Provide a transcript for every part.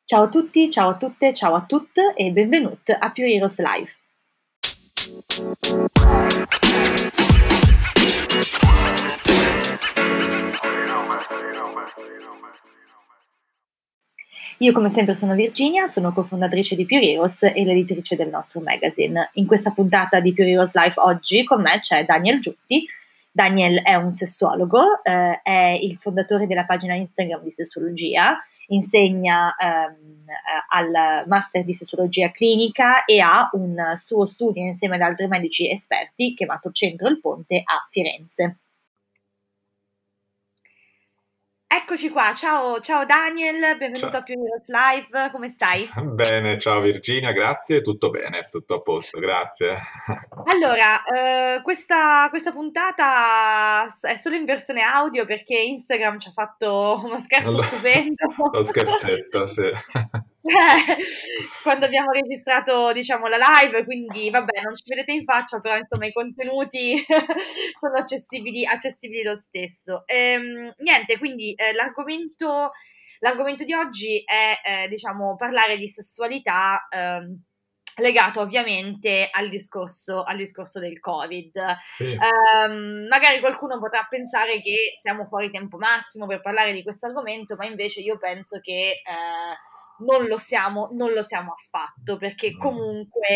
Ciao a tutti, ciao a tutte, ciao a tutte e benvenuti a Pure Heroes Live. Io come sempre sono Virginia, sono cofondatrice di Pure Heroes e l'editrice del nostro magazine. In questa puntata di Pure Heroes Live oggi con me c'è Daniel Giutti. Daniel è un sessuologo, è il fondatore della pagina Instagram di sessuologia, insegna al master di sessuologia clinica e ha un suo studio insieme ad altri medici esperti chiamato Centro Il Ponte a Firenze. Eccoci qua, ciao Daniel, benvenuto a Ciao. Pure Heroes Live, come stai? Bene, ciao Virginia, grazie, tutto bene, tutto a posto, grazie. Allora, questa puntata è solo in versione audio perché Instagram ci ha fatto uno scherzo Allo- stupendo. Lo scherzetto, sì. Quando abbiamo registrato, diciamo, la live, quindi vabbè, non ci vedete in faccia, però insomma i contenuti sono accessibili lo stesso. Niente, quindi l'argomento di oggi è, diciamo, parlare di sessualità. Legato ovviamente al discorso del Covid. Sì, Magari qualcuno potrà pensare che siamo fuori tempo massimo per parlare di questo argomento, ma invece io penso che non lo siamo affatto, perché mm, comunque,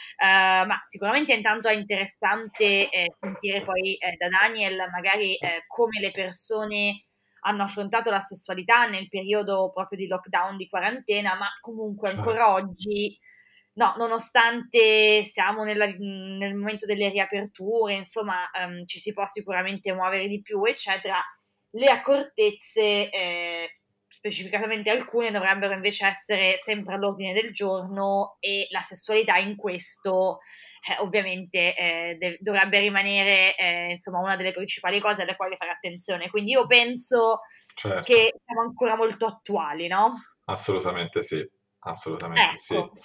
ma sicuramente intanto è interessante sentire poi da Daniel magari come le persone hanno affrontato la sessualità nel periodo proprio di lockdown, di quarantena, ma comunque certo. ancora oggi, no, nonostante siamo nel momento delle riaperture, insomma, ci si può sicuramente muovere di più, eccetera, le accortezze, specificatamente alcune, dovrebbero invece essere sempre all'ordine del giorno e la sessualità in questo, ovviamente, dovrebbe rimanere, insomma, una delle principali cose alle quali fare attenzione. Quindi io penso Certo, che siamo ancora molto attuali, no? assolutamente sì, assolutamente sì. Ecco.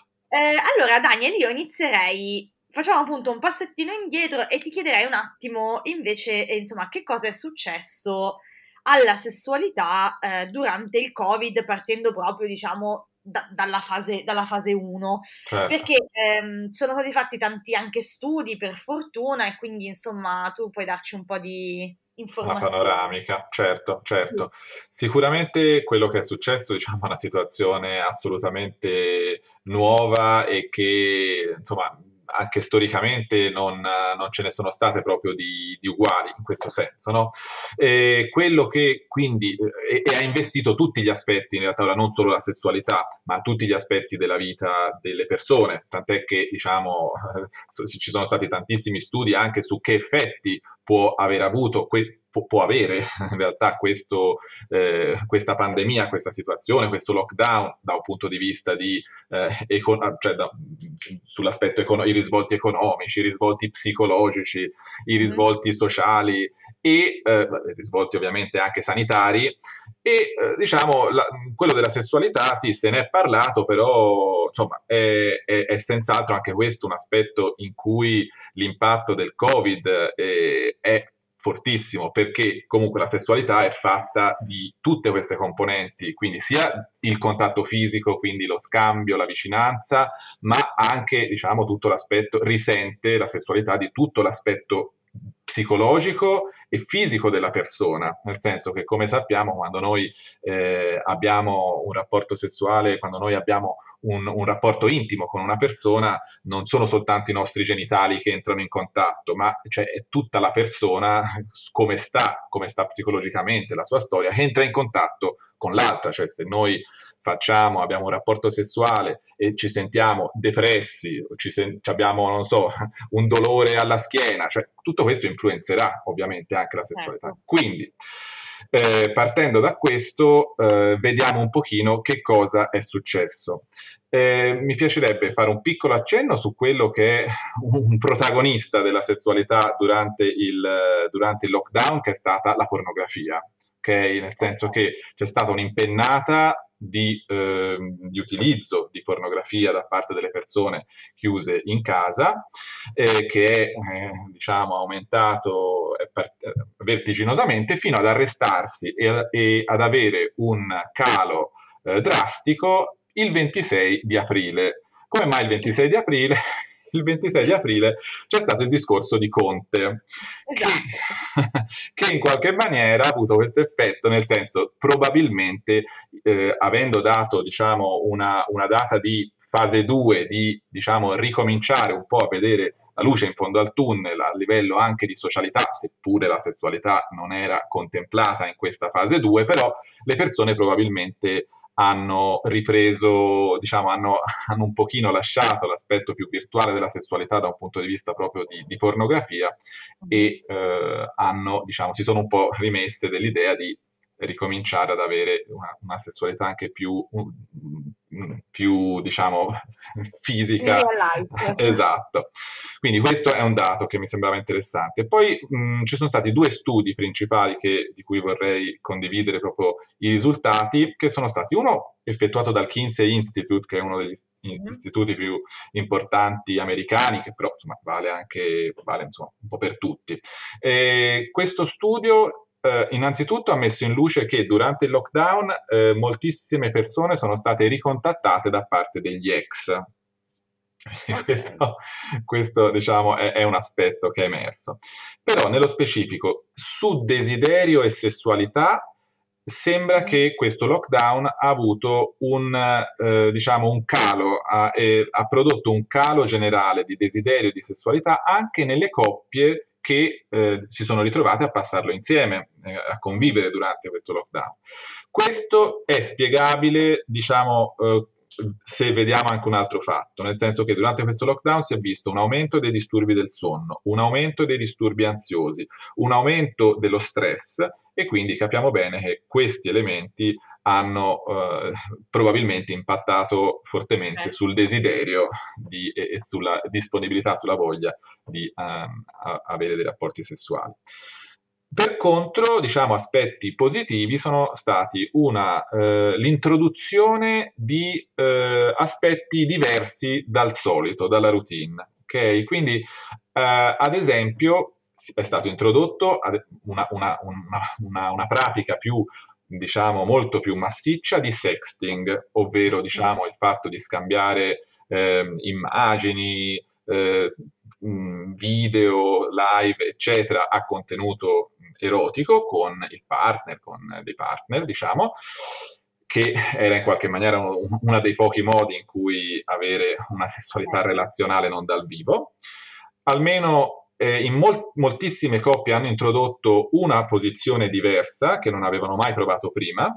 Allora Daniel, io inizierei, facciamo appunto un passettino indietro e ti chiederei un attimo invece, insomma, che cosa è successo alla sessualità durante il Covid, partendo proprio, diciamo, dalla fase 1, Certo. perché sono stati fatti tanti anche studi per fortuna e quindi insomma tu puoi darci un po' di Una informazioni. panoramica, certo, Sì. certo. Sicuramente quello che è successo, diciamo, è una situazione assolutamente nuova e che, insomma, anche storicamente non ce ne sono state proprio di uguali in questo senso, no? Quello che quindi e ha investito tutti gli aspetti, in realtà ora non solo la sessualità, ma tutti gli aspetti della vita delle persone, tant'è che, diciamo, ci sono stati tantissimi studi anche su che effetti può aver avuto, può avere in realtà questa pandemia, questa situazione, questo lockdown da un punto di vista cioè sull'aspetto i risvolti economici, i risvolti psicologici, i Mhm. risvolti sociali e risvolti ovviamente anche sanitari e diciamo quello della sessualità sì se ne è parlato però insomma è senz'altro anche questo un aspetto in cui l'impatto del Covid è fortissimo perché comunque la sessualità è fatta di tutte queste componenti, quindi sia il contatto fisico, quindi lo scambio, la vicinanza, ma anche diciamo tutto l'aspetto risente la sessualità di tutto l'aspetto psicologico e fisico della persona, nel senso che come sappiamo quando noi abbiamo un rapporto sessuale, quando noi abbiamo un rapporto intimo con una persona, non sono soltanto i nostri genitali che entrano in contatto, ma cioè, è tutta la persona, come sta psicologicamente, la sua storia, che entra in contatto con l'altra, cioè se noi abbiamo un rapporto sessuale e ci sentiamo depressi, abbiamo, non so, un dolore alla schiena, cioè tutto questo influenzerà ovviamente anche la sessualità. Certo. Quindi, partendo da questo, vediamo un pochino che cosa è successo. Mi piacerebbe fare un piccolo accenno su quello che è un protagonista della sessualità durante il lockdown, che è stata la pornografia. Okay? Nel Ok. senso che c'è stata un'impennata di utilizzo di pornografia da parte delle persone chiuse in casa, che è diciamo, aumentato vertiginosamente fino ad arrestarsi e ad avere un calo drastico il 26 di aprile. Come mai il 26 di aprile? Il 26 di aprile c'è stato il discorso di Conte, Esatto. che in qualche maniera ha avuto questo effetto, nel senso, probabilmente avendo dato, diciamo, una data di fase 2, di, diciamo, ricominciare un po' a vedere la luce in fondo al tunnel a livello anche di socialità, seppure la sessualità non era contemplata in questa fase 2, però le persone probabilmente hanno ripreso, diciamo, hanno un pochino lasciato l'aspetto più virtuale della sessualità da un punto di vista proprio di pornografia Mhm. e hanno, diciamo, si sono un po' rimesse dell'idea di ricominciare ad avere una sessualità anche più, diciamo, In fisica. real life. Esatto. Quindi questo è un dato che mi sembrava interessante. Poi ci sono stati due studi principali di cui vorrei condividere proprio i risultati, che sono stati uno effettuato dal Kinsey Institute, che è uno degli Mhm. istituti più importanti americani, che però insomma, vale insomma, un po' per tutti. Questo studio innanzitutto ha messo in luce che durante il lockdown moltissime persone sono state ricontattate da parte degli ex. Ok. Questo diciamo, è un aspetto che è emerso. Però nello specifico, su desiderio e sessualità, sembra Mhm. che questo lockdown ha avuto diciamo, un calo, ha prodotto un calo generale di desiderio e di sessualità anche nelle coppie che si sono ritrovate a passarlo insieme, a convivere durante questo lockdown. Questo è spiegabile, diciamo, se vediamo anche un altro fatto, nel senso che durante questo lockdown si è visto un aumento dei disturbi del sonno, un aumento dei disturbi ansiosi, un aumento dello stress e quindi capiamo bene che questi elementi hanno probabilmente impattato fortemente sul desiderio e sulla disponibilità, sulla voglia di avere dei rapporti sessuali. Per contro, diciamo, aspetti positivi sono stati l'introduzione di aspetti diversi dal solito, dalla routine. Okay? Quindi, ad esempio, è stato introdotto una pratica più, diciamo, molto più massiccia di sexting, ovvero, diciamo, il fatto di scambiare immagini, video, live, eccetera, a contenuto erotico con il partner, con dei partner, diciamo, che era in qualche maniera uno dei pochi modi in cui avere una sessualità Certo. relazionale non dal vivo. Almeno in moltissime coppie hanno introdotto una posizione diversa che non avevano mai provato prima,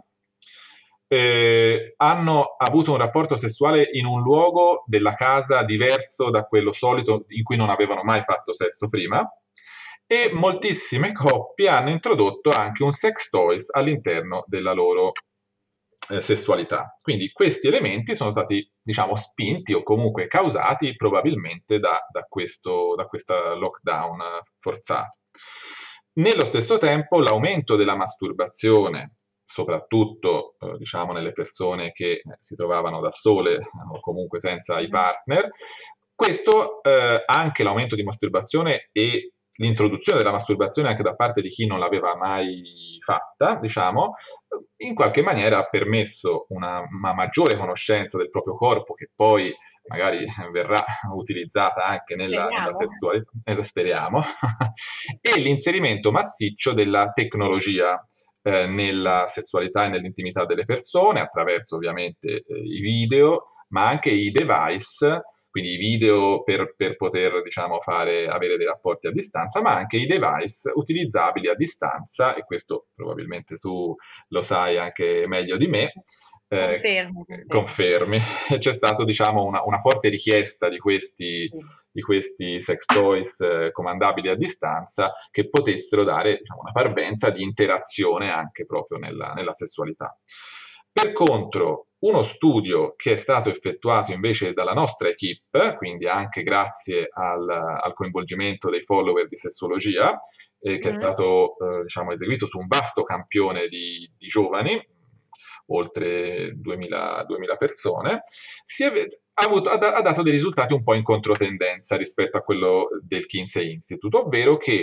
hanno avuto un rapporto sessuale in un luogo della casa diverso da quello solito in cui non avevano mai fatto sesso prima e Ok. moltissime coppie hanno introdotto anche un sex toys all'interno della loro sessualità. Quindi questi elementi sono stati, diciamo, spinti o comunque causati probabilmente da questo lockdown forzato. Nello stesso tempo l'aumento della masturbazione, soprattutto diciamo nelle persone che si trovavano da sole o comunque senza i Mhm. partner, questo anche l'aumento di masturbazione e l'introduzione della masturbazione anche da parte di chi non l'aveva mai fatta, diciamo, in qualche maniera ha permesso una maggiore conoscenza del proprio corpo che poi magari verrà utilizzata anche nella Speriamo. sessualità, lo speriamo, e l'inserimento massiccio della tecnologia nella sessualità e nell'intimità delle persone, attraverso ovviamente i video, ma anche i device, quindi i video per poter diciamo, avere dei rapporti a distanza, ma anche i device utilizzabili a distanza, e questo probabilmente tu lo sai anche meglio di me, eh, Confermo, confermo. confermi, c'è stata diciamo, una forte richiesta Sì. di questi sex toys comandabili a distanza che potessero dare diciamo, una parvenza di interazione anche proprio nella sessualità. Per contro, uno studio che è stato effettuato invece dalla nostra equipe, quindi anche grazie al coinvolgimento dei follower di sessologia, che è Mhm. stato diciamo, eseguito su un vasto campione di giovani, oltre 2000 persone, ha dato dei risultati un po' in controtendenza rispetto a quello del Kinsey Institute, ovvero che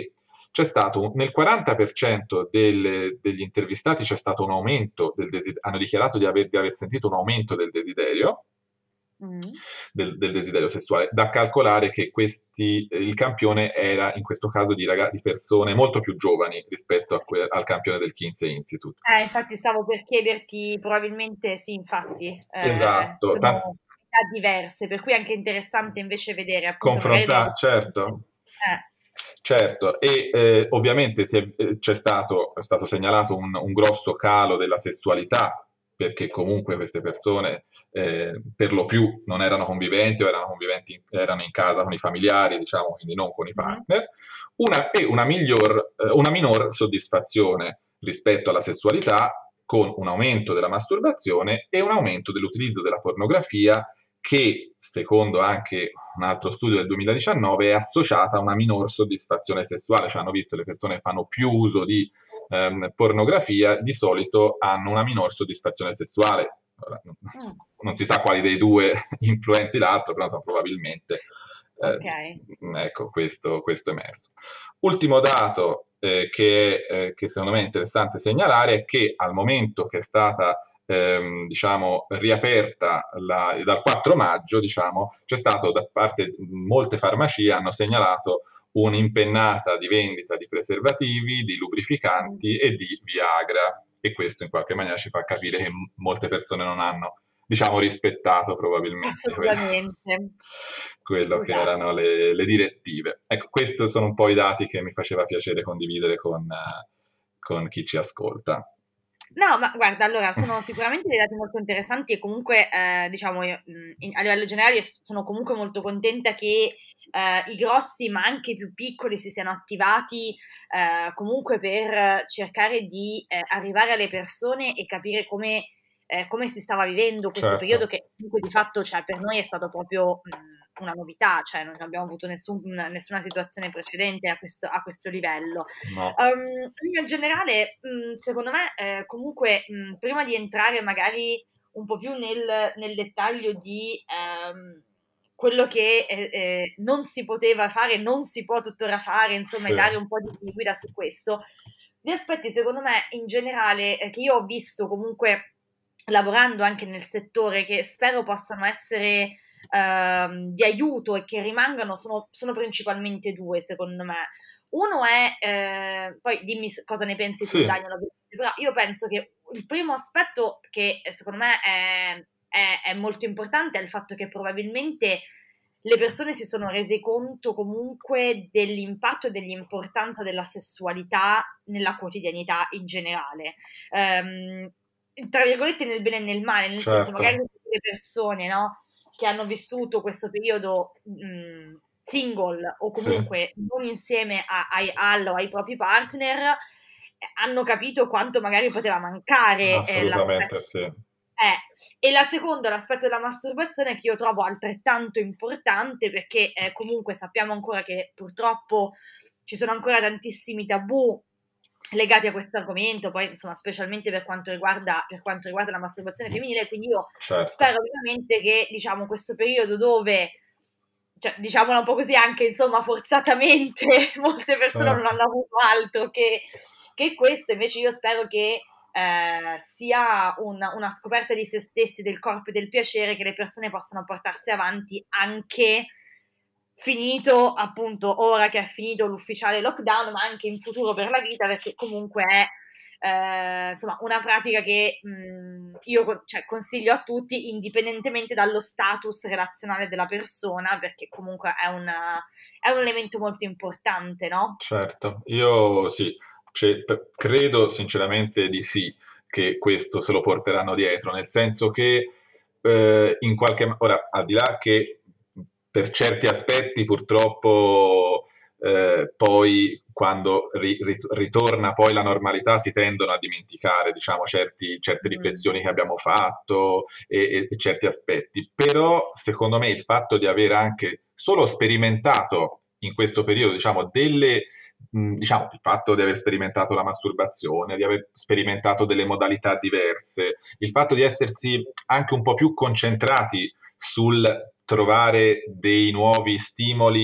c'è stato nel 40% degli intervistati c'è stato un aumento del desiderio, hanno dichiarato di aver sentito un aumento del desiderio, Mm. del desiderio sessuale, da calcolare che il campione era in questo caso di persone molto più giovani rispetto al campione del Kinsey Institute. Infatti stavo per chiederti, probabilmente sì, infatti, Esatto, sono età diverse, per cui è anche interessante invece vedere appunto magari delle confrontare, differenze. certo. Certo, e ovviamente è stato segnalato un grosso calo della sessualità, perché comunque queste persone per lo più non erano conviventi o erano conviventi, erano in casa con i familiari, diciamo, quindi non con i Mhm. partner, una minor soddisfazione rispetto alla sessualità, con un aumento della masturbazione e un aumento dell'utilizzo della pornografia che, secondo anche un altro studio del 2019, è associata a una minor soddisfazione sessuale, cioè hanno visto che le persone che fanno più uso di pornografia di solito hanno una minor soddisfazione sessuale. Ora, Mm, non si sa quali dei due influenzi l'altro, però insomma, probabilmente ok. ecco, questo è emerso. Ultimo dato che secondo me è interessante segnalare è che al momento che è stata diciamo, riaperta dal 4 maggio, diciamo, c'è stato da parte molte farmacie hanno segnalato un'impennata di vendita di preservativi, di Mm, lubrificanti e di Viagra, e questo in qualche maniera ci fa capire che molte persone non hanno, diciamo, rispettato probabilmente assolutamente. quello che Esatto. erano le direttive. Ecco, questi sono un po' i dati che mi faceva piacere condividere con chi ci ascolta. No, ma guarda, allora sono sicuramente dei dati molto interessanti e comunque, diciamo, io, a livello generale sono comunque molto contenta che i grossi, ma anche i più piccoli, si siano attivati comunque per cercare di arrivare alle persone e capire come si stava vivendo questo periodo Certo, che comunque di fatto, cioè, per noi è stato proprio una novità, cioè non abbiamo avuto nessuna situazione precedente a questo livello. no, In generale, secondo me, comunque, prima di entrare magari un po' più nel dettaglio di quello che non si poteva fare, non si può tuttora fare, insomma, e sì, dare un po' di guida su questo, gli aspetti, secondo me, in generale, che io ho visto comunque lavorando anche nel settore, che spero possano essere di aiuto e che rimangano, sono principalmente due, secondo me. Uno è, poi dimmi cosa ne pensi tu, sì, Daniel, però io penso che il primo aspetto che secondo me è molto importante è il fatto che probabilmente le persone si sono rese conto comunque dell'impatto e dell'importanza della sessualità nella quotidianità in generale. Ehm, tra virgolette nel bene e nel male, nel senso magari certo, le persone, no, che hanno vissuto questo periodo single o sì, comunque non insieme o ai propri partner, hanno capito quanto magari poteva mancare assolutamente l'aspetto. sì. E la seconda, l'aspetto della masturbazione, che io trovo altrettanto importante perché comunque sappiamo ancora che purtroppo ci sono ancora tantissimi tabù legati a questo argomento, poi insomma specialmente per quanto riguarda la masturbazione femminile, quindi io Certo, spero veramente che diciamo questo periodo dove, cioè, diciamola un po' così, anche insomma forzatamente molte persone non certo. hanno avuto altro che questo, invece io spero che sia una scoperta di se stessi, del corpo e del piacere che le persone possano portarsi avanti anche finito, appunto, ora che è finito l'ufficiale lockdown, ma anche in futuro per la vita, perché comunque è insomma una pratica che io cioè, consiglio a tutti indipendentemente dallo status relazionale della persona, perché comunque è un elemento molto importante, no? Certo, io sì, credo sinceramente di sì, che questo se lo porteranno dietro, nel senso che ora, al di là che per certi aspetti purtroppo poi quando ritorna poi la normalità si tendono a dimenticare, diciamo, certe Mm, riflessioni che abbiamo fatto e certi aspetti, però secondo me il fatto di aver anche solo sperimentato in questo periodo, diciamo, diciamo, il fatto di aver sperimentato la masturbazione, di aver sperimentato delle modalità diverse, il fatto di essersi anche un po' più concentrati sul trovare dei nuovi stimoli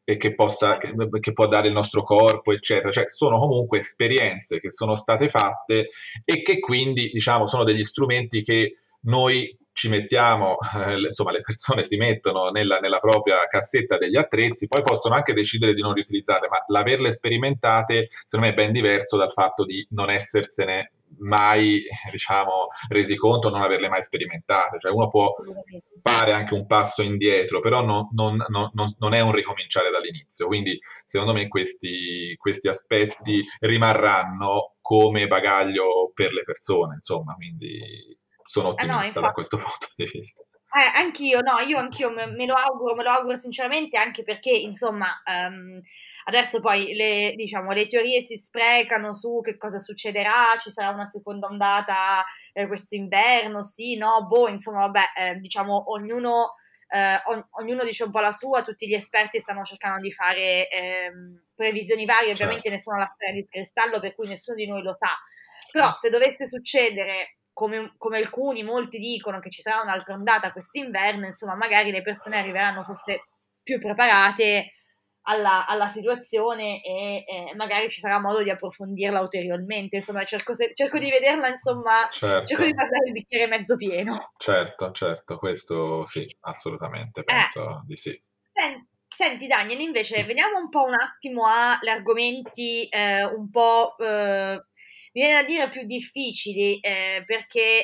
che può dare il nostro corpo, eccetera. Cioè, sono comunque esperienze che sono state fatte e che quindi, diciamo, sono degli strumenti che noi ci mettiamo, insomma, le persone si mettono nella propria cassetta degli attrezzi, poi possono anche decidere di non riutilizzarle, ma l'averle sperimentate, secondo me, è ben diverso dal fatto di non essersene mai, diciamo, resi conto, non averle mai sperimentate. Cioè, uno può assolutamente. fare anche un passo indietro, però non è un ricominciare dall'inizio. Quindi, secondo me, questi aspetti rimarranno come bagaglio per le persone, insomma, quindi sono Ah no, ottimista da infatti. questo punto di vista. Anch'io, no, io anch'io me lo auguro sinceramente, anche perché, insomma, adesso poi diciamo, le teorie si sprecano su che cosa succederà, ci sarà una seconda ondata questo inverno, sì, no, boh, insomma, vabbè, diciamo, ognuno dice un po' la sua, tutti gli esperti stanno cercando di fare previsioni varie, ovviamente Certo, nessuno ha la sfera di cristallo, per cui nessuno di noi lo sa. Però se dovesse succedere, come alcuni, molti dicono che ci sarà un'altra ondata quest'inverno, insomma, magari le persone arriveranno forse più preparate alla situazione e magari ci sarà modo di approfondirla ulteriormente. Insomma, cerco di vederla, insomma, cerco di certo, guardare il bicchiere mezzo pieno. certo, certo, questo sì, assolutamente, Eh, penso di sì. Senti Daniel, invece veniamo un po' un attimo agli argomenti un po', mi viene da dire più difficili, perché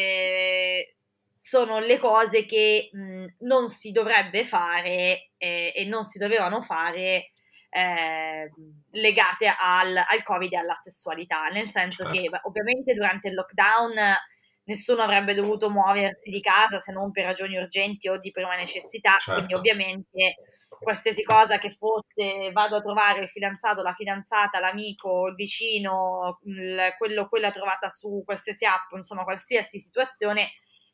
sono le cose che non si dovrebbe fare e non si dovevano fare eh, legate al Covid e alla sessualità, nel senso che Certo, beh, ovviamente durante il lockdown nessuno avrebbe dovuto muoversi di casa se non per ragioni urgenti o di prima necessità, quindi certo, ovviamente qualsiasi cosa che fosse vado a trovare il fidanzato, la fidanzata, l'amico, il vicino, quella trovata su qualsiasi app, insomma qualsiasi situazione,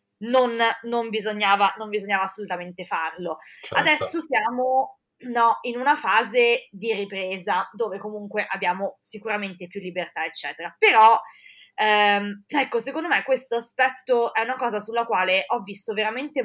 non bisognava assolutamente farlo. certo, Adesso siamo no, in una fase di ripresa dove comunque abbiamo sicuramente più libertà, eccetera. Però ecco, secondo me questo aspetto è una cosa sulla quale ho visto veramente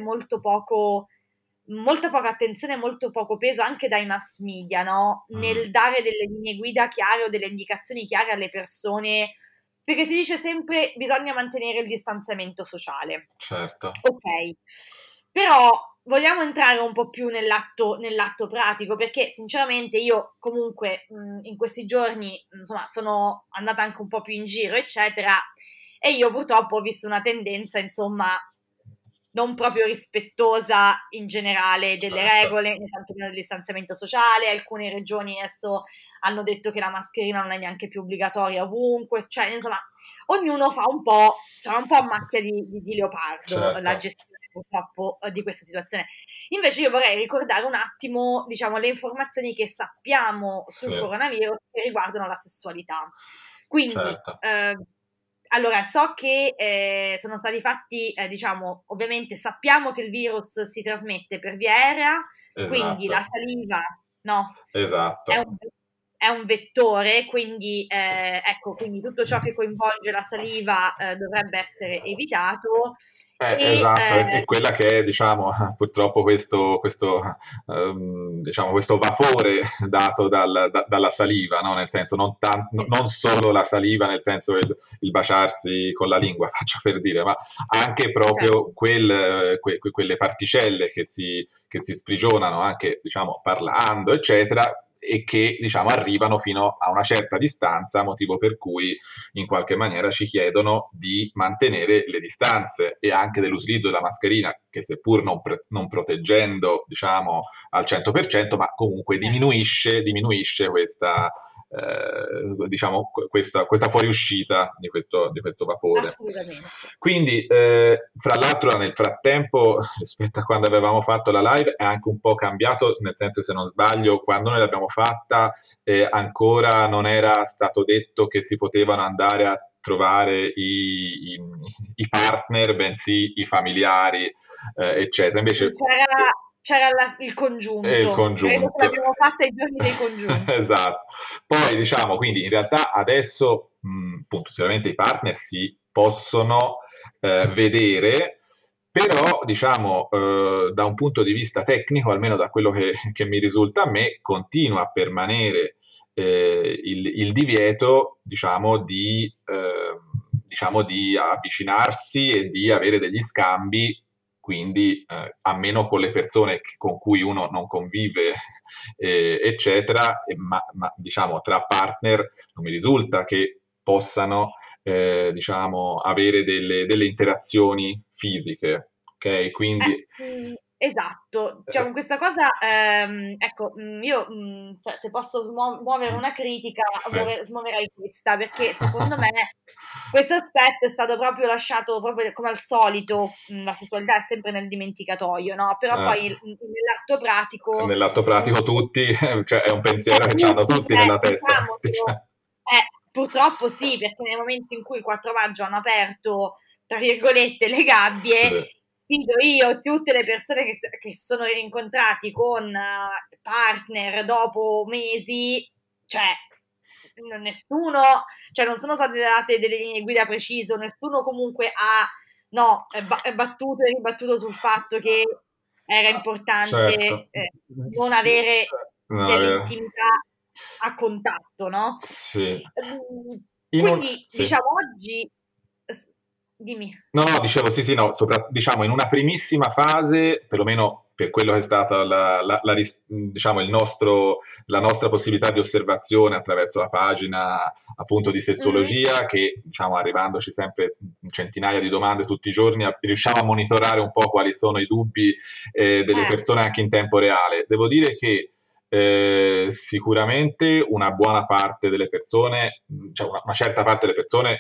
molta poca attenzione, molto poco peso anche dai mass media, no? mm, Nel dare delle linee guida chiare o delle indicazioni chiare alle persone, perché si dice sempre bisogna mantenere il distanziamento sociale. certo, Ok, però vogliamo entrare un po' più nell'atto pratico, perché sinceramente io comunque in questi giorni, insomma, sono andata anche un po' più in giro, eccetera, e io purtroppo ho visto una tendenza, insomma, non proprio rispettosa in generale delle certo, regole, né tantomeno del distanziamento sociale. Alcune regioni adesso hanno detto che la mascherina non è neanche più obbligatoria ovunque, cioè insomma, ognuno fa un po', cioè un po' a macchia di leopardo la certo, gestione purtroppo di questa situazione. Invece io vorrei ricordare un attimo, diciamo, le informazioni che sappiamo sul sì, coronavirus che riguardano la sessualità. Quindi, certo, allora, so che sono stati fatti, diciamo, ovviamente sappiamo che il virus si trasmette per via aerea, quindi la esatto, saliva, no, è esatto. un, è un vettore, quindi ecco, quindi tutto ciò che coinvolge la saliva dovrebbe essere evitato e Esatto, è quella che è, diciamo, purtroppo diciamo, questo vapore dato dalla saliva, no? Nel senso, non solo la saliva, nel senso il baciarsi con la lingua, faccio per dire, ma anche proprio certo, quelle particelle che si sprigionano anche, diciamo, parlando, eccetera, e che, diciamo, arrivano fino a una certa distanza, motivo per cui in qualche maniera ci chiedono di mantenere le distanze e anche dell'utilizzo della mascherina, che seppur non proteggendo, diciamo, al 100%, ma comunque certo, diminuisce diciamo, questa fuoriuscita di questo vapore. assolutamente. Quindi, fra l'altro, nel frattempo, rispetto a quando avevamo fatto la live, è anche un po' cambiato, nel senso, se non sbaglio, quando noi l'abbiamo fatta, ancora non era stato detto che si potevano andare a trovare i partner, bensì i familiari, eccetera. Sì, Invece, c'era il è il congiunto, credo che congiunto. l'abbiamo fatta ai giorni dei congiunti. Esatto. Poi diciamo, quindi in realtà adesso, appunto, sicuramente i partner si possono vedere, però, diciamo, da un punto di vista tecnico, almeno da quello che mi risulta a me, continua a permanere il divieto, diciamo, di avvicinarsi e di avere degli scambi, quindi a meno con le persone con cui uno non convive, eccetera, ma diciamo tra partner non mi risulta che possano diciamo, avere delle interazioni fisiche, ok? Quindi Esatto, diciamo questa cosa, ecco, io, cioè, se posso muovere una critica, sì, smuoverei questa, perché secondo me questo aspetto è stato proprio lasciato proprio come al solito, la sessualità è sempre nel dimenticatoio, no? Però eh, poi nell'atto pratico, nell'atto nel pratico tutti, cioè è un pensiero che hanno tutti, tutti nella testa. diciamocelo, purtroppo sì, perché nel momento in cui il 4 maggio hanno aperto, tra virgolette, le gabbie, Sì, sfido io tutte le persone che si sono rincontrati con partner dopo mesi, cioè nessuno, cioè non sono state date delle linee guida preciso, nessuno comunque ha, no, battuto e ribattuto sul fatto che era importante certo. non Sì, avere non avere- dell'intimità a contatto, no? sì. Quindi, Sì. diciamo, oggi, dimmi. No, no, dicevo sì, sì, no, diciamo in una primissima fase, perlomeno per quello che è stata diciamo la nostra possibilità di osservazione attraverso la pagina appunto di Mhm. sessologia, che diciamo arrivandoci sempre centinaia di domande tutti i giorni, riusciamo a monitorare un po' quali sono i dubbi delle Eh, persone anche in tempo reale. Devo dire che sicuramente una buona parte delle persone, cioè una certa parte delle persone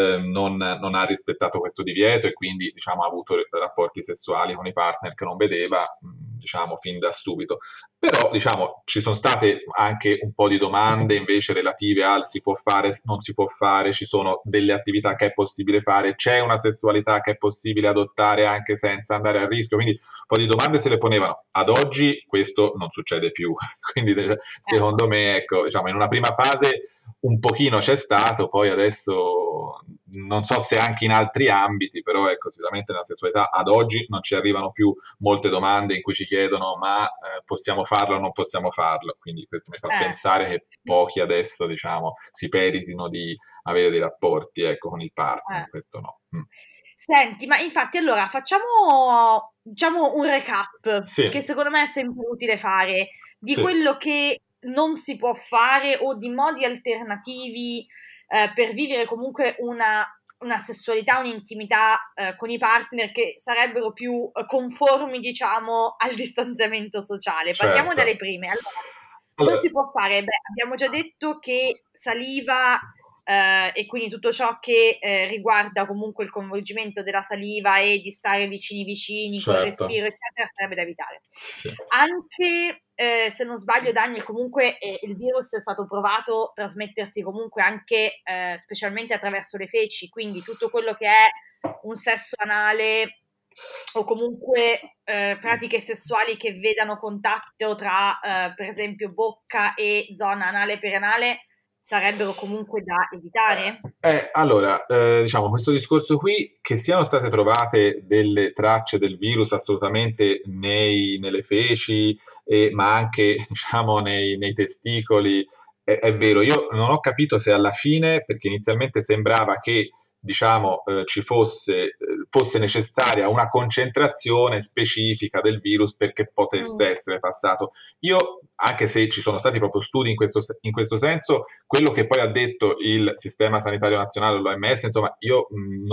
non ha rispettato questo divieto e quindi diciamo, ha avuto rapporti sessuali con i partner che non vedeva diciamo, fin da subito. Però diciamo, ci sono state anche un po' di domande invece relative al si può fare, non si può fare, ci sono delle attività che è possibile fare, c'è una sessualità che è possibile adottare anche senza andare a rischio, quindi un po' di domande se le ponevano. Ad oggi questo non succede più, quindi eh, secondo me ecco, diciamo, in una prima fase un pochino c'è stato, poi adesso non so se anche in altri ambiti, però ecco, sicuramente nella sessualità ad oggi non ci arrivano più molte domande in cui ci chiedono ma possiamo farlo o non possiamo farlo, quindi questo mi fa eh. pensare che pochi adesso diciamo si peritino di avere dei rapporti ecco, con il partner, Eh. questo no. Mm. Senti, ma infatti allora facciamo, diciamo, un recap Sì, che secondo me è sempre utile fare di sì, quello che non si può fare o di modi alternativi per vivere comunque una sessualità, un'intimità con i partner che sarebbero più conformi, diciamo, al distanziamento sociale. Partiamo dalle certo. prime. Allora, cosa Allora, si può fare? Beh, abbiamo già detto che saliva e quindi tutto ciò che riguarda comunque il coinvolgimento della saliva e di stare vicini vicini col certo. respiro, eccetera, sarebbe da evitare. Sì, Anche se non sbaglio, Daniel, comunque il virus è stato provato a trasmettersi comunque anche specialmente attraverso le feci, quindi tutto quello che è un sesso anale o comunque pratiche sessuali che vedano contatto tra per esempio bocca e zona anale perianale sarebbero comunque da evitare? Allora, diciamo, questo discorso qui, che siano state trovate delle tracce del virus assolutamente nelle feci, ma anche, diciamo, nei testicoli, è vero. Io non ho capito se alla fine, perché inizialmente sembrava che, diciamo, fosse necessaria una concentrazione specifica del virus perché potesse Mm. essere passato. Io, anche se ci sono stati proprio studi in questo senso, quello che poi ha detto il Sistema Sanitario Nazionale, l'OMS, insomma, io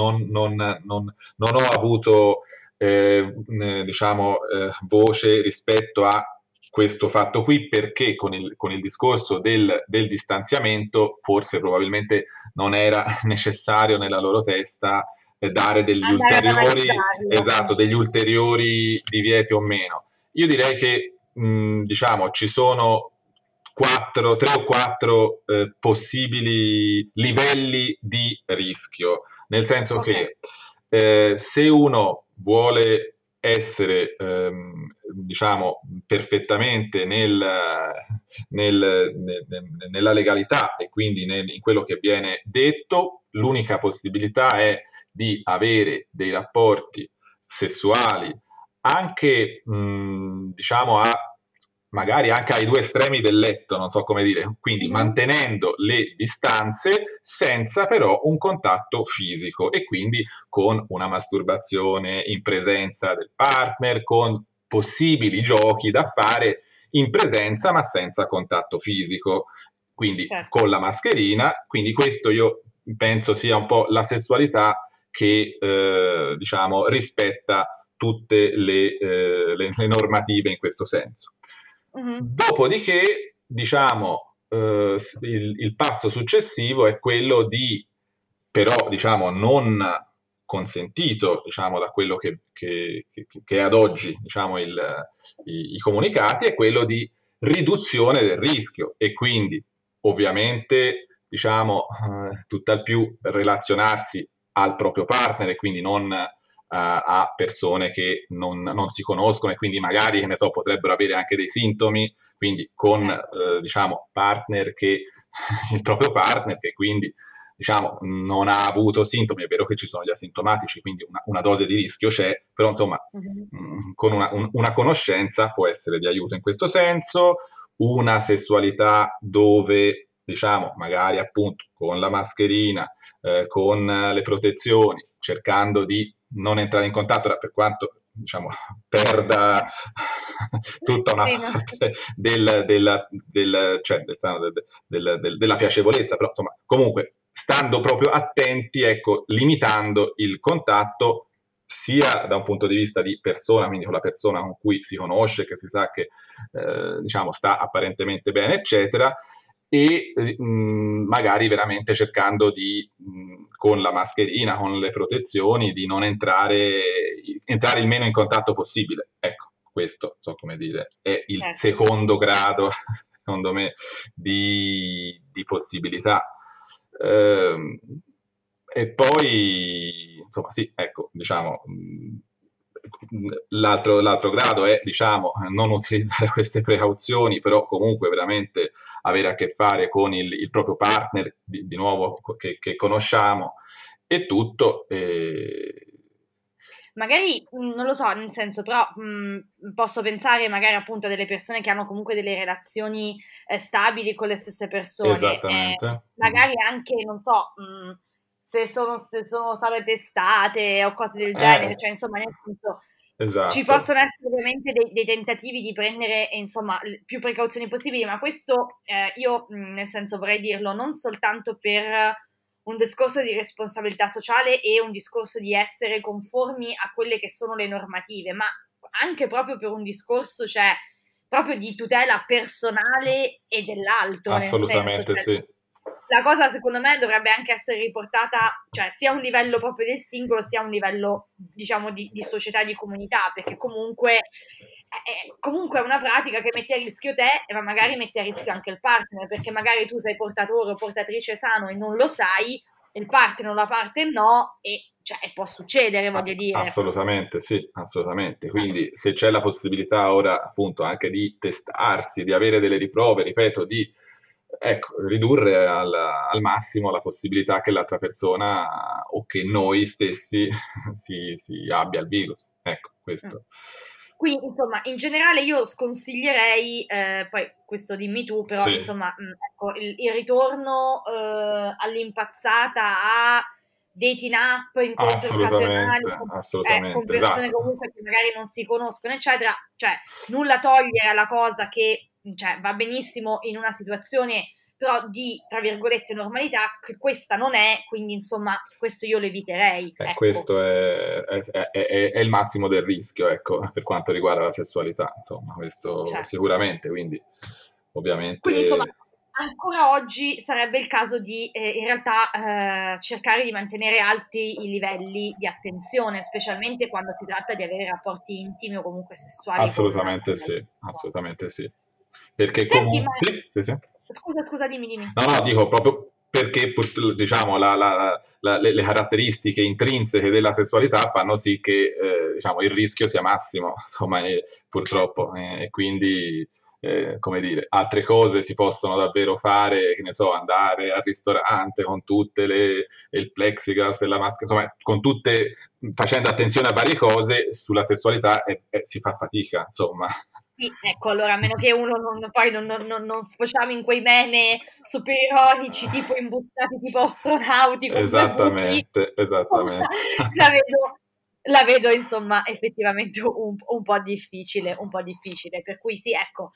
non ho avuto diciamo, voce rispetto a questo fatto qui perché con il discorso del distanziamento forse probabilmente non era necessario nella loro testa dare Andare ad analizzarlo. esatto, degli ulteriori divieti o meno. Io direi che diciamo, ci sono tre o quattro possibili livelli di rischio, nel senso Ok, che se uno vuole essere, diciamo, perfettamente nella legalità e quindi in quello che viene detto, l'unica possibilità è di avere dei rapporti sessuali, anche diciamo magari anche ai due estremi del letto, non so come dire, quindi mantenendo le distanze senza però un contatto fisico e quindi con una masturbazione in presenza del partner, con possibili giochi da fare in presenza ma senza contatto fisico, quindi Certo. con la mascherina, quindi questo io penso sia un po' la sessualità che diciamo rispetta tutte le normative in questo senso. Mhm. Dopodiché, diciamo, il passo successivo è quello di, però, diciamo, non consentito, diciamo, da quello che ad oggi, diciamo, i comunicati, è quello di riduzione del rischio e quindi, ovviamente, diciamo, tutt'al più relazionarsi al proprio partner e quindi non a persone che non si conoscono e quindi magari, che ne so, potrebbero avere anche dei sintomi, quindi con diciamo partner che il proprio partner che quindi diciamo non ha avuto sintomi, è vero che ci sono gli asintomatici, quindi una dose di rischio c'è, però insomma Mhm. con una conoscenza può essere di aiuto in questo senso, una sessualità dove diciamo magari appunto con la mascherina, con le protezioni, cercando di non entrare in contatto, per quanto diciamo, perda tutta una Sì, no. parte cioè, della piacevolezza, però insomma, comunque stando proprio attenti, ecco, limitando il contatto sia da un punto di vista di persona, quindi con la persona con cui si conosce, che si sa che diciamo sta apparentemente bene, eccetera, e magari veramente cercando di, con la mascherina, con le protezioni, di non entrare il meno in contatto possibile. Ecco, questo, so come dire, è il Certo. secondo grado, secondo me, di possibilità. Ehm, e poi, insomma, sì, ecco, diciamo, l'altro grado è, diciamo, non utilizzare queste precauzioni, però comunque veramente avere a che fare con il proprio partner, di nuovo, che conosciamo, e tutto. Magari, non lo so, nel senso, però posso pensare magari appunto a delle persone che hanno comunque delle relazioni stabili con le stesse persone, Esattamente. Mhm. magari anche, non so, se sono state testate o cose del genere, Eh, cioè insomma, nel senso, ci esatto. possono essere ovviamente dei tentativi di prendere, insomma, più precauzioni possibili, ma questo io, nel senso, vorrei dirlo non soltanto per un discorso di responsabilità sociale e un discorso di essere conformi a quelle che sono le normative, ma anche proprio per un discorso, cioè, proprio di tutela personale e dell'altro, nel senso, Assolutamente cioè, sì. la cosa secondo me dovrebbe anche essere riportata, cioè, sia a un livello proprio del singolo, sia a un livello, diciamo, di società, di comunità, perché comunque è una pratica che mette a rischio te, ma magari mette a rischio anche il partner, perché magari tu sei portatore o portatrice sano e non lo sai, il partner o la parte no, e cioè, può succedere, voglio dire. Assolutamente sì, assolutamente. Quindi se c'è la possibilità ora appunto anche di testarsi, di avere delle riprove, ripeto, di ecco, ridurre al massimo la possibilità che l'altra persona o che noi stessi si abbia il virus. Ecco, Mm. questo. Quindi, insomma, in generale io sconsiglierei, poi questo dimmi tu, però Sì, insomma, ecco, il ritorno all'impazzata a dating app, incontri occasionali assolutamente, con assolutamente, persone esatto. comunque che magari non si conoscono, eccetera, cioè nulla togliere alla cosa che cioè, va benissimo in una situazione però di, tra virgolette, normalità, che questa non è, quindi insomma, questo io lo eviterei, ecco. Questo è il massimo del rischio, ecco, per quanto riguarda la sessualità, insomma, questo Cioè, sicuramente, quindi quindi insomma, ovviamente ancora oggi sarebbe il caso di in realtà cercare di mantenere alti i livelli di attenzione, specialmente quando si tratta di avere rapporti intimi o comunque sessuali con assolutamente delle sì, persone. assolutamente sì. Perché Senti, ma comunque... Sì, sì, sì. scusa, dimmi, dimmi. No, no, dico proprio perché diciamo, le caratteristiche intrinseche della sessualità fanno sì che diciamo, il rischio sia massimo, insomma, purtroppo, e quindi come dire, altre cose si possono davvero fare, che ne so, andare al ristorante con tutte il plexiglass e la maschera, insomma, con tutte, facendo attenzione a varie cose, sulla sessualità si fa fatica, insomma. Sì, ecco, allora a meno che uno poi non sfociamo in quei meme super ironici, tipo imbustati tipo astronauti con due buchi, Esattamente, esattamente. la vedo, la vedo insomma effettivamente un po' difficile, un po' difficile. Per cui sì, ecco,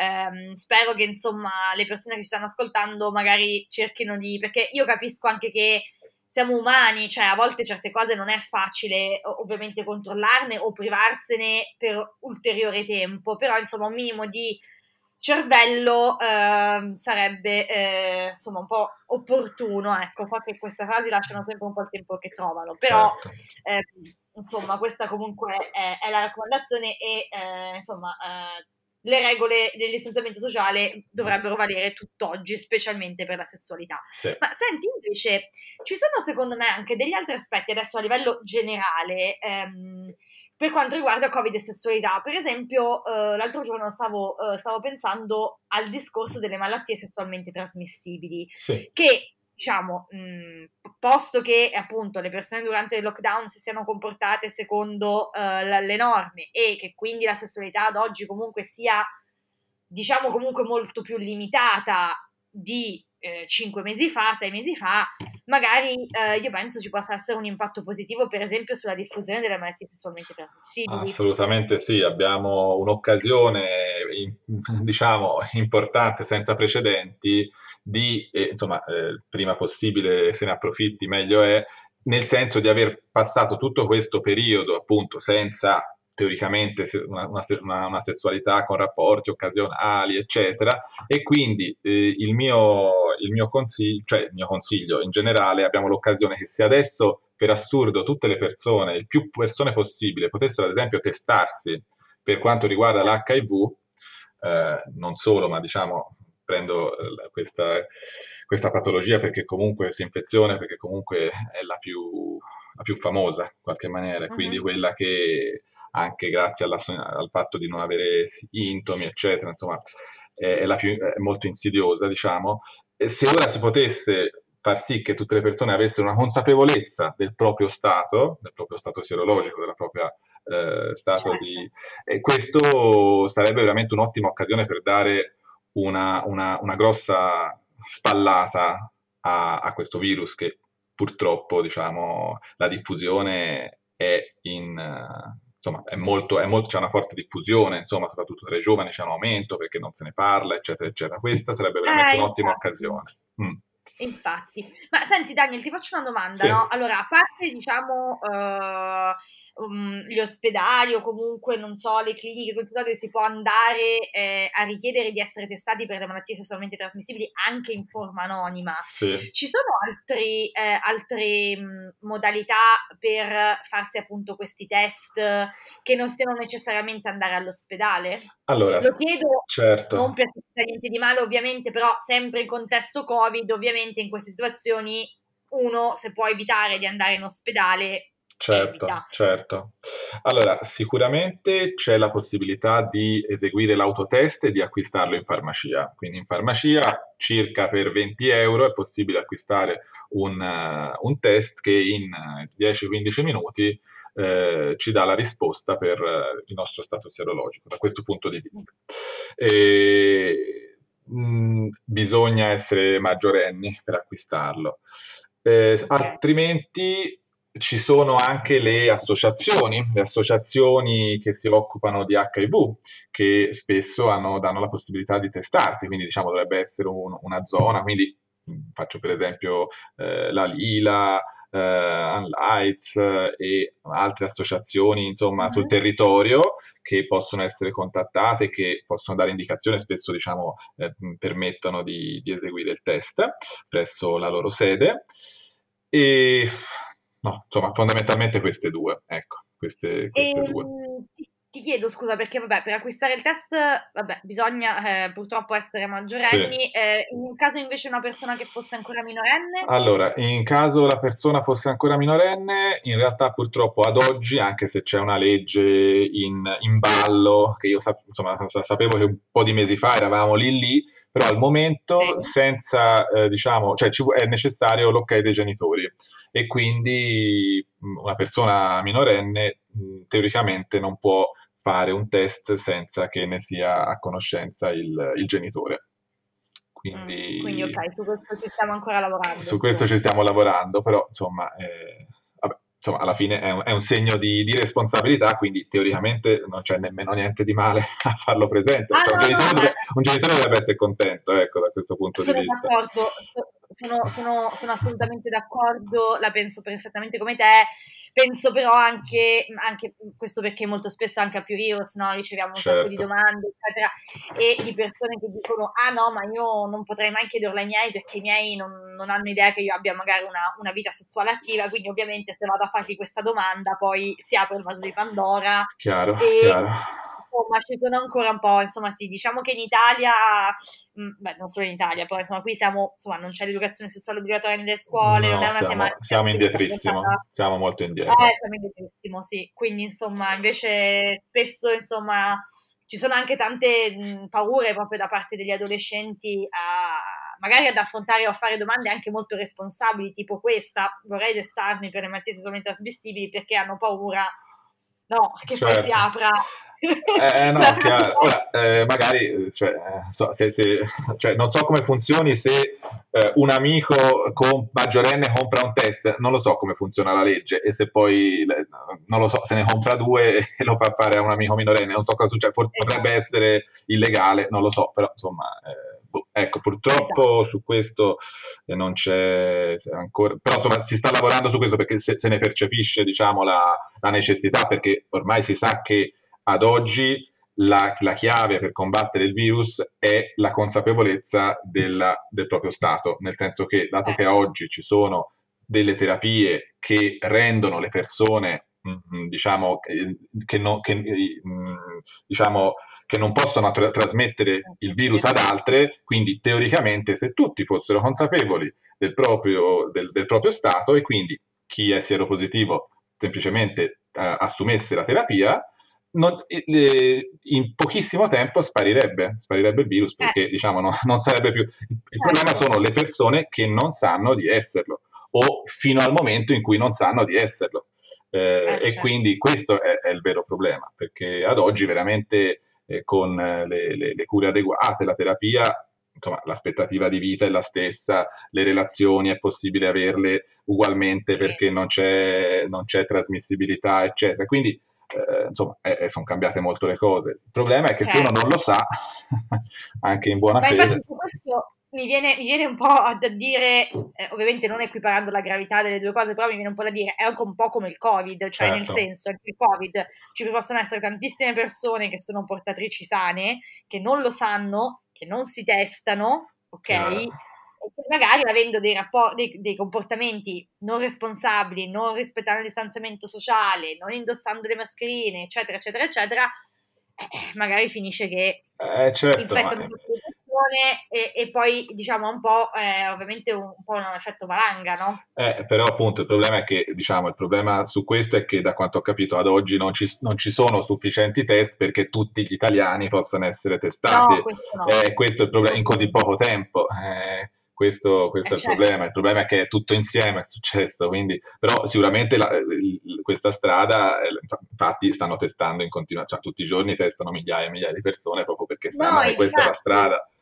spero che insomma le persone che ci stanno ascoltando magari cerchino di, perché io capisco anche che siamo umani, cioè a volte certe cose non è facile ovviamente controllarne o privarsene per ulteriore tempo, però insomma un minimo di cervello sarebbe insomma un po' opportuno, ecco, so che queste frasi lasciano sempre un po' il tempo che trovano, però Certo. eh, insomma questa comunque è la raccomandazione e insomma le regole del distanziamento sociale dovrebbero valere tutt'oggi, specialmente per la sessualità. Sì, Ma senti, invece, ci sono secondo me anche degli altri aspetti adesso a livello generale per quanto riguarda Covid e sessualità. Per esempio, l'altro giorno stavo pensando al discorso delle malattie sessualmente trasmissibili, sì, che diciamo, posto che appunto le persone durante il lockdown si siano comportate secondo le norme e che quindi la sessualità ad oggi comunque sia, diciamo, comunque molto più limitata di 5 mesi fa, 6 mesi fa, magari io penso ci possa essere un impatto positivo, per esempio, sulla diffusione delle malattie sessualmente trasmissibili. assolutamente sì. Abbiamo un'occasione, diciamo, importante, senza precedenti, di, insomma, il prima possibile se ne approfitti, meglio è, nel senso di aver passato tutto questo periodo, appunto, senza teoricamente una sessualità con rapporti occasionali, eccetera, e quindi il mio consiglio in generale, abbiamo l'occasione che se adesso per assurdo tutte le persone, il più persone possibile, potessero ad esempio testarsi per quanto riguarda l'HIV, non solo, ma diciamo prendo questa patologia perché comunque, questa infezione, perché comunque è la più famosa in qualche maniera, quindi Mhm. quella che anche grazie al fatto di non avere sintomi, eccetera, insomma, è molto insidiosa, diciamo. E se ora si potesse far sì che tutte le persone avessero una consapevolezza del proprio stato sierologico, della propria stato Certo. di... E questo sarebbe veramente un'ottima occasione per dare una grossa spallata a questo virus che purtroppo, diciamo, la diffusione è insomma, c'è una forte diffusione, insomma, soprattutto tra i giovani c'è un aumento perché non se ne parla, eccetera, eccetera. Questa sarebbe veramente un'ottima Infatti. occasione. Mm. Infatti, ma senti Daniel, ti faccio una domanda, Sì, no? Allora, a parte, diciamo, gli ospedali o comunque, non so, le cliniche, tutto dove si può andare a richiedere di essere testati per le malattie sessualmente trasmissibili anche in forma anonima, sì. ci sono altre modalità per farsi appunto questi test che non stiano necessariamente andare all'ospedale? Allora, Lo chiedo non certo. perché c'è niente di male, ovviamente, però sempre in contesto Covid, ovviamente in queste situazioni uno, se può evitare di andare in ospedale, evita. Certo, certo. Allora, sicuramente c'è la possibilità di eseguire l'autotest e di acquistarlo in farmacia. Quindi in farmacia circa per 20 euro è possibile acquistare un test che in 10-15 minuti ci dà la risposta per il nostro stato sierologico, da questo punto di vista. Bisogna essere maggiorenni per acquistarlo. Ok. Altrimenti ci sono anche le associazioni che si occupano di HIV, che spesso danno la possibilità di testarsi, quindi diciamo dovrebbe essere una zona, quindi faccio per esempio la Lila, Unlights e altre associazioni insomma sul Mhm. territorio che possono essere contattate, che possono dare indicazione, spesso diciamo permettono di eseguire il test presso la loro sede. E no, insomma, fondamentalmente queste due, ecco, queste due. Ehm, ti chiedo scusa perché, vabbè, per acquistare il test, vabbè, bisogna purtroppo essere Sì. maggiorenni. In caso invece una persona che fosse ancora minorenne? Allora, in caso la persona fosse ancora minorenne, in realtà purtroppo ad oggi, anche se c'è una legge in ballo, che io insomma, sapevo che un po' di mesi fa eravamo lì lì, però al Sì. momento senza, diciamo, cioè è necessario l'ok dei genitori e quindi una persona minorenne teoricamente non può fare un test senza che ne sia a conoscenza il genitore. Quindi Quindi ok, su questo ci stiamo ancora lavorando, su questo ci insomma. stiamo lavorando, però insomma, vabbè, insomma alla fine è un segno di responsabilità, quindi teoricamente non c'è nemmeno niente di male a farlo presente. Ah Cioè, no, no, ma un genitore dovrebbe essere contento, ecco, da questo punto di sono vista. d'accordo, sono assolutamente d'accordo, la penso perfettamente come te. Penso però anche questo perché molto spesso anche a Più Heroes, no, riceviamo un sacco di Certo, domande, eccetera, e di persone che dicono: Ah no, ma io non potrei mai chiederlo ai miei perché i miei non hanno idea che io abbia magari una vita sessuale attiva, quindi ovviamente se vado a fargli questa domanda poi si apre il vaso di Pandora chiaro, e chiaro. insomma ci sono ancora un po', insomma sì, diciamo che in Italia, beh non solo in Italia, però insomma qui siamo, insomma non c'è l'educazione sessuale obbligatoria nelle scuole, non No, è una tematica siamo spesso indietrissimo, affrontata. siamo molto indietro. Siamo indietrissimos, sì. Quindi, insomma, invece spesso, insomma, ci sono anche tante paure proprio da parte degli adolescenti magari ad affrontare o a fare domande anche molto responsabili, tipo questa, vorrei testarmi per le malattie sessualmente trasmissibili perché hanno paura, no, che poi si Certo. apra la No, chiaro. pratica. Ora, magari, cioè, cioè, non so come funzioni se un amico maggiorenne compra un test, non lo so come funziona la legge e se poi, non lo so, se ne compra due e lo fa fare a un amico minorenne, non so cosa succede, potrebbe Esatto, essere illegale, non lo so, però insomma, boh, ecco, purtroppo esatto. su questo non c'è ancora, però insomma si sta lavorando su questo perché se ne percepisce, diciamo, la necessità, perché ormai si sa che ad oggi la chiave per combattere il virus è la consapevolezza del proprio stato, nel senso che dato che Certo. oggi ci sono delle terapie che rendono le persone, diciamo, diciamo, che non possono trasmettere il virus ad altre, quindi teoricamente se tutti fossero consapevoli del proprio stato e quindi chi è sieropositivo semplicemente assumesse la terapia, in pochissimo tempo sparirebbe il virus perché diciamo, non sarebbe più. Il problema Certo, sono le persone che non sanno di esserlo o fino al momento in cui non sanno di esserlo. E certo. quindi questo è il vero problema, perché ad oggi veramente con le cure adeguate, la terapia, insomma, l'aspettativa di vita è la stessa, le relazioni è possibile averle ugualmente Sì. perché non c'è trasmissibilità, eccetera. Quindi, insomma, sono cambiate molto le cose. Il problema è che se uno non Certo. lo sa, anche in buona Ma infatti fede, su questo mi viene un po' da dire, ovviamente non equiparando la gravità delle due cose, però mi viene un po' da dire, è anche un po' come il Covid, cioè nel certo, senso, anche il Covid ci possono essere tantissime persone che sono portatrici sane, che non lo sanno, che non si testano, ok? chiaro. E che magari avendo dei comportamenti non responsabili, non rispettando il distanziamento sociale, non indossando le mascherine, eccetera, eccetera, eccetera, magari finisce che Certo, ma infettano tutte le persone e poi diciamo un po' ovviamente un po' un effetto valanga, no? Però appunto il problema è che, diciamo, il problema su questo è che da quanto ho capito ad oggi non ci sono sufficienti test perché tutti gli italiani possano essere testati. No, questo no, Questo è il problema in così poco assolutamente. tempo. Questo è il Certo. problema. Il problema è che è tutto insieme è successo, quindi, però sicuramente questa strada, infatti stanno testando in continuazione, cioè tutti i giorni testano migliaia e migliaia di persone proprio perché sanno No, che questa è la infatti. strada.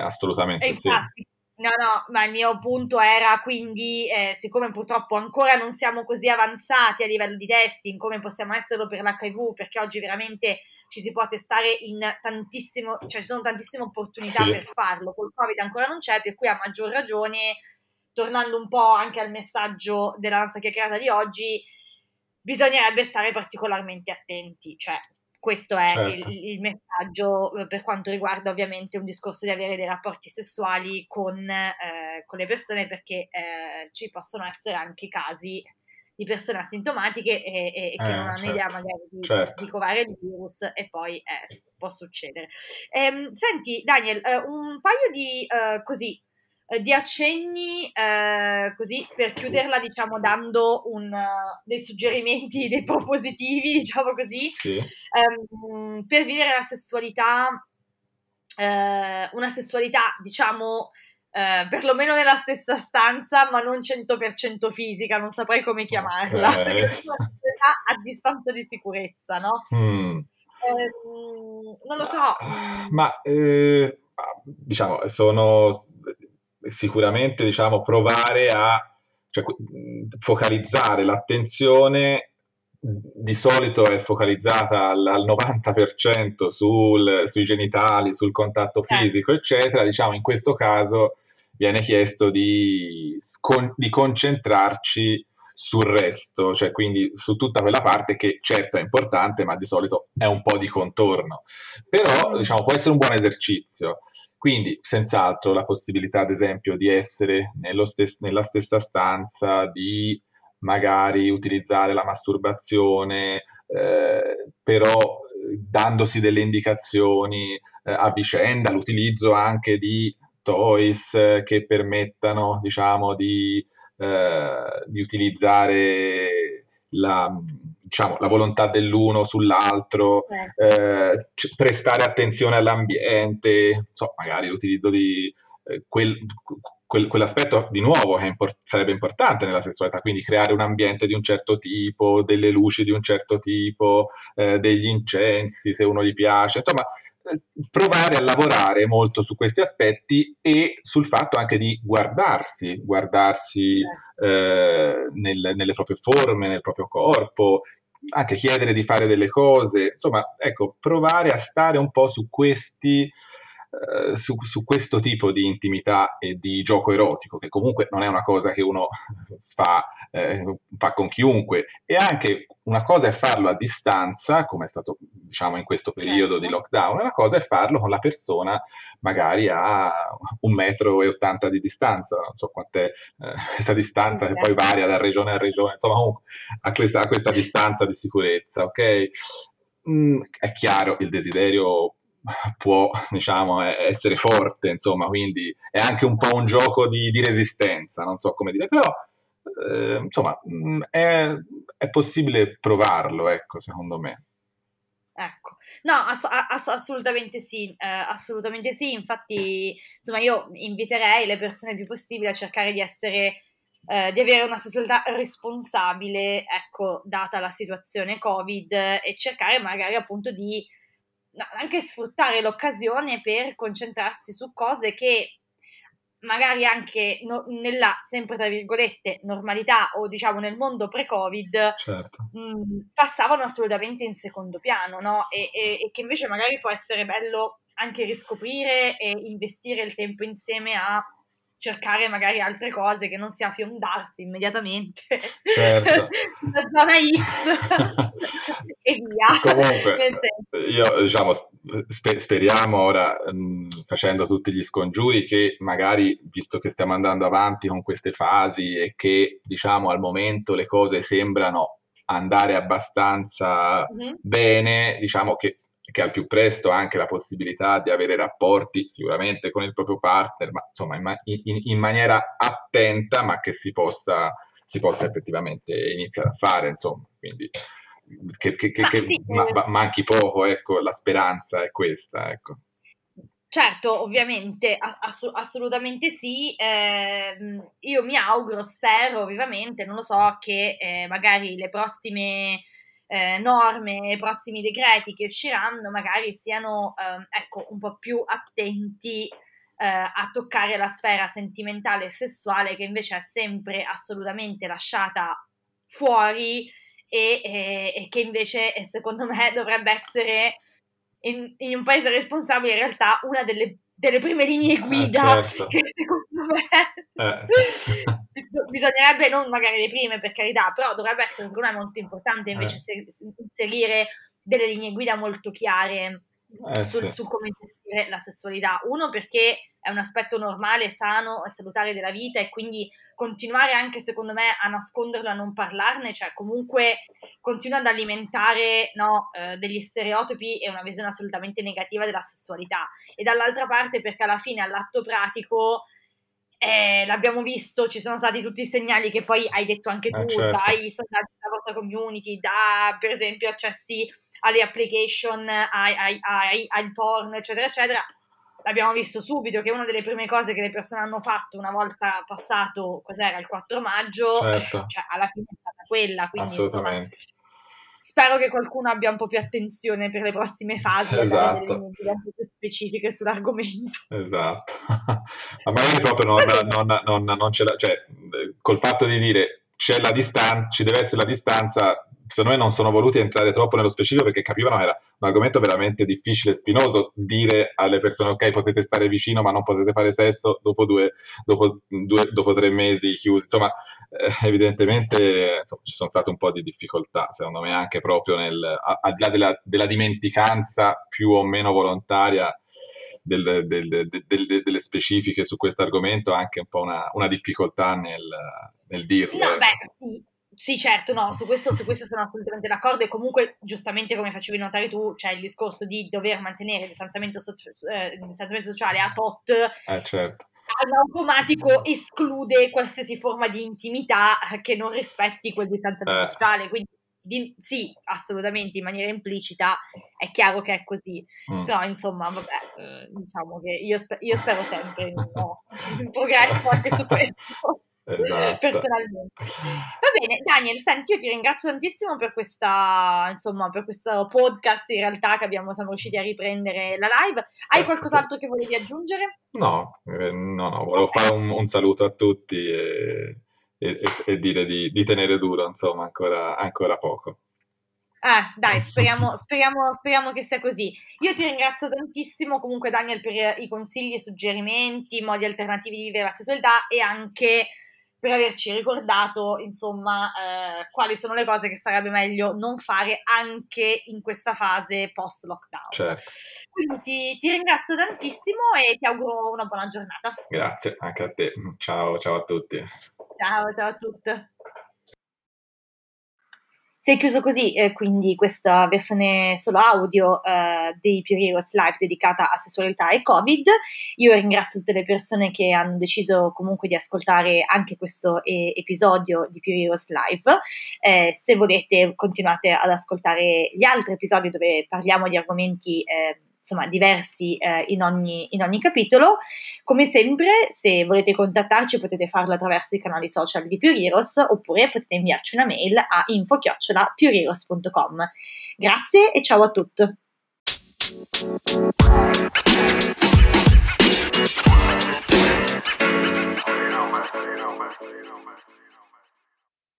E Assolutamente sì. infatti, no, no, ma il mio punto era quindi, siccome purtroppo ancora non siamo così avanzati a livello di testing come possiamo esserlo per l'HIV, perché oggi veramente ci si può testare in tantissimo, cioè ci sono tantissime opportunità Sì. per farlo, col Covid ancora non c'è, per cui a maggior ragione, tornando un po' anche al messaggio della nostra chiacchierata di oggi, bisognerebbe stare particolarmente attenti, cioè questo è il, Certo. il messaggio per quanto riguarda ovviamente un discorso di avere dei rapporti sessuali con le persone, perché ci possono essere anche casi di persone asintomatiche e che non hanno idea certo, magari di certo. covare il virus e poi può succedere. Senti, Daniel, un paio di così di accenni così per chiuderla, diciamo, dando dei suggerimenti, dei propositivi, diciamo così, Sì. per vivere la sessualità, una sessualità, diciamo, perlomeno nella stessa stanza, ma non 100% fisica, non saprei come Ok. chiamarla, perché è una sessualità a distanza di sicurezza, no? Mm. Non lo so. Ma diciamo, sono sicuramente diciamo, provare a cioè, focalizzare l'attenzione, di solito è focalizzata al 90% sui genitali, sul contatto Certo, fisico, eccetera. Diciamo, in questo caso viene chiesto di concentrarci sul resto, cioè quindi su tutta quella parte che certo è importante, ma di solito è un po' di contorno. Però, mhm, diciamo, può essere un buon esercizio. Quindi, senz'altro, la possibilità, ad esempio, di essere nella stessa stanza, di magari utilizzare la masturbazione, però dandosi delle indicazioni a vicenda, l'utilizzo anche di toys che permettano, diciamo, di utilizzare diciamo, la volontà dell'uno sull'altro, certo. prestare attenzione all'ambiente, so, magari l'utilizzo di quell'aspetto di nuovo che sarebbe importante nella sessualità, quindi creare un ambiente di un certo tipo, delle luci di un certo tipo, degli incensi se uno gli piace, insomma, provare a lavorare molto su questi aspetti e sul fatto anche di guardarsi Certo. nelle proprie forme, nel proprio corpo, anche chiedere di fare delle cose, insomma, ecco, provare a stare un po' su questo tipo di intimità e di gioco erotico, che comunque non è una cosa che uno fa con chiunque, e anche una cosa è farlo a distanza, come è stato diciamo in questo periodo di Certo, lockdown, una cosa è farlo con la persona magari a 1,80 m di distanza, non so quant'è questa distanza che poi varia da regione a regione, insomma comunque a questa distanza di sicurezza, ok? È chiaro, il desiderio può, diciamo, essere forte, insomma, quindi è anche un po' un gioco di resistenza, non so come dire, però, insomma, è possibile provarlo, ecco, secondo me. ecco. No, assolutamente sì, infatti, insomma, io inviterei le persone il più possibile a cercare di essere, di avere una sessualità responsabile, ecco, data la situazione Covid, e cercare magari appunto di no, anche sfruttare l'occasione per concentrarsi su cose che magari anche nella, sempre tra virgolette, normalità o diciamo nel mondo pre-Covid Certo. passavano assolutamente in secondo piano, no? E che invece magari può essere bello anche riscoprire e investire il tempo insieme a cercare magari altre cose che non sia fiondarsi immediatamente Certo. la zona X e via. Comunque, Nel senso, io diciamo, speriamo ora, facendo tutti gli scongiuri, che magari, visto che stiamo andando avanti con queste fasi e che diciamo al momento le cose sembrano andare abbastanza mhm, bene, diciamo che al più presto anche la possibilità di avere rapporti sicuramente con il proprio partner, ma insomma in maniera attenta, ma che si possa effettivamente iniziare a fare, insomma, quindi ma sì, manchi poco, ecco, la speranza è questa, ecco. certo, ovviamente, assolutamente sì. Io mi auguro, spero vivamente, non lo so, che magari le prossime norme, i prossimi decreti che usciranno, magari siano ecco, un po' più attenti a toccare la sfera sentimentale e sessuale che invece è sempre assolutamente lasciata fuori e che invece secondo me dovrebbe essere in un paese responsabile in realtà una delle prime linee guida Certo. che secondo me Eh. bisognerebbe, non magari le prime per carità, però dovrebbe essere secondo me molto importante Eh. invece inserire delle linee guida molto chiare Sì. su come gestire la sessualità. Uno, perché è un aspetto normale, sano e salutare della vita, e quindi continuare anche, secondo me, a nasconderlo, a non parlarne, cioè comunque continua ad alimentare, no, degli stereotipi e una visione assolutamente negativa della sessualità. E dall'altra parte perché alla fine, all'atto pratico, l'abbiamo visto, ci sono stati tutti i segnali che poi hai detto anche tu, Certo. dai sondaggi della vostra community, da per esempio accessi alle application, al porn, eccetera, eccetera. L'abbiamo visto subito che una delle prime cose che le persone hanno fatto una volta passato, cos'era, il 4 maggio, Certo, cioè alla fine è stata quella, quindi insomma assolutamente. spero che qualcuno abbia un po' più attenzione per le prossime fasi e dare delle Esatto. linee guida un po' più specifiche sull'argomento. Esatto. Ma magari proprio Va bene. non ce la, cioè, col fatto di dire c'è la distanza, ci deve essere la distanza, secondo me non sono voluti entrare troppo nello specifico perché capivano che era un argomento veramente difficile e spinoso dire alle persone ok, potete stare vicino ma non potete fare sesso dopo 3 mesi chiusi. Insomma, evidentemente insomma, ci sono state un po' di difficoltà, secondo me, anche proprio al di là della dimenticanza più o meno volontaria delle specifiche su questo argomento, anche un po' una difficoltà nel dirlo, No, ecco. beh, sì. Sì, certo, no, su questo sono assolutamente d'accordo, e comunque, giustamente, come facevi notare tu, c'è il discorso di dover mantenere il distanziamento sociale a tot, Certo. in automatico esclude qualsiasi forma di intimità che non rispetti quel distanziamento Eh, sociale, quindi sì, assolutamente, in maniera implicita è chiaro che è così, mm. però insomma, vabbè, diciamo che io spero sempre in progresso anche su questo. Esatto. Personalmente. Va bene, Daniel, senti, io ti ringrazio tantissimo per questa, insomma, per questo podcast in realtà che siamo riusciti a riprendere la live. Hai Grazie a te. qualcos'altro che volevi aggiungere? No, no, volevo Ok. fare un saluto a tutti e dire di tenere duro, insomma, ancora poco. Dai, speriamo che sia così. Io ti ringrazio tantissimo comunque, Daniel, per i consigli, i suggerimenti, i modi alternativi di vivere la sessualità, e anche per averci ricordato, insomma, quali sono le cose che sarebbe meglio non fare anche in questa fase post-lockdown. Certo, Quindi ti ringrazio tantissimo e ti auguro una buona giornata. grazie anche a te. Ciao, ciao a tutti. Ciao, ciao a tutti. Si è chiuso così, quindi questa versione solo audio dei Pure Heroes Live dedicata a sessualità e Covid. Io ringrazio tutte le persone che hanno deciso comunque di ascoltare anche questo episodio di Pure Heroes Live. Se volete continuate ad ascoltare gli altri episodi dove parliamo di argomenti insomma diversi in ogni capitolo. Come sempre, se volete contattarci potete farlo attraverso i canali social di Pure Heroes, oppure potete inviarci una mail a info@pureheroes.com. Grazie e ciao a tutti.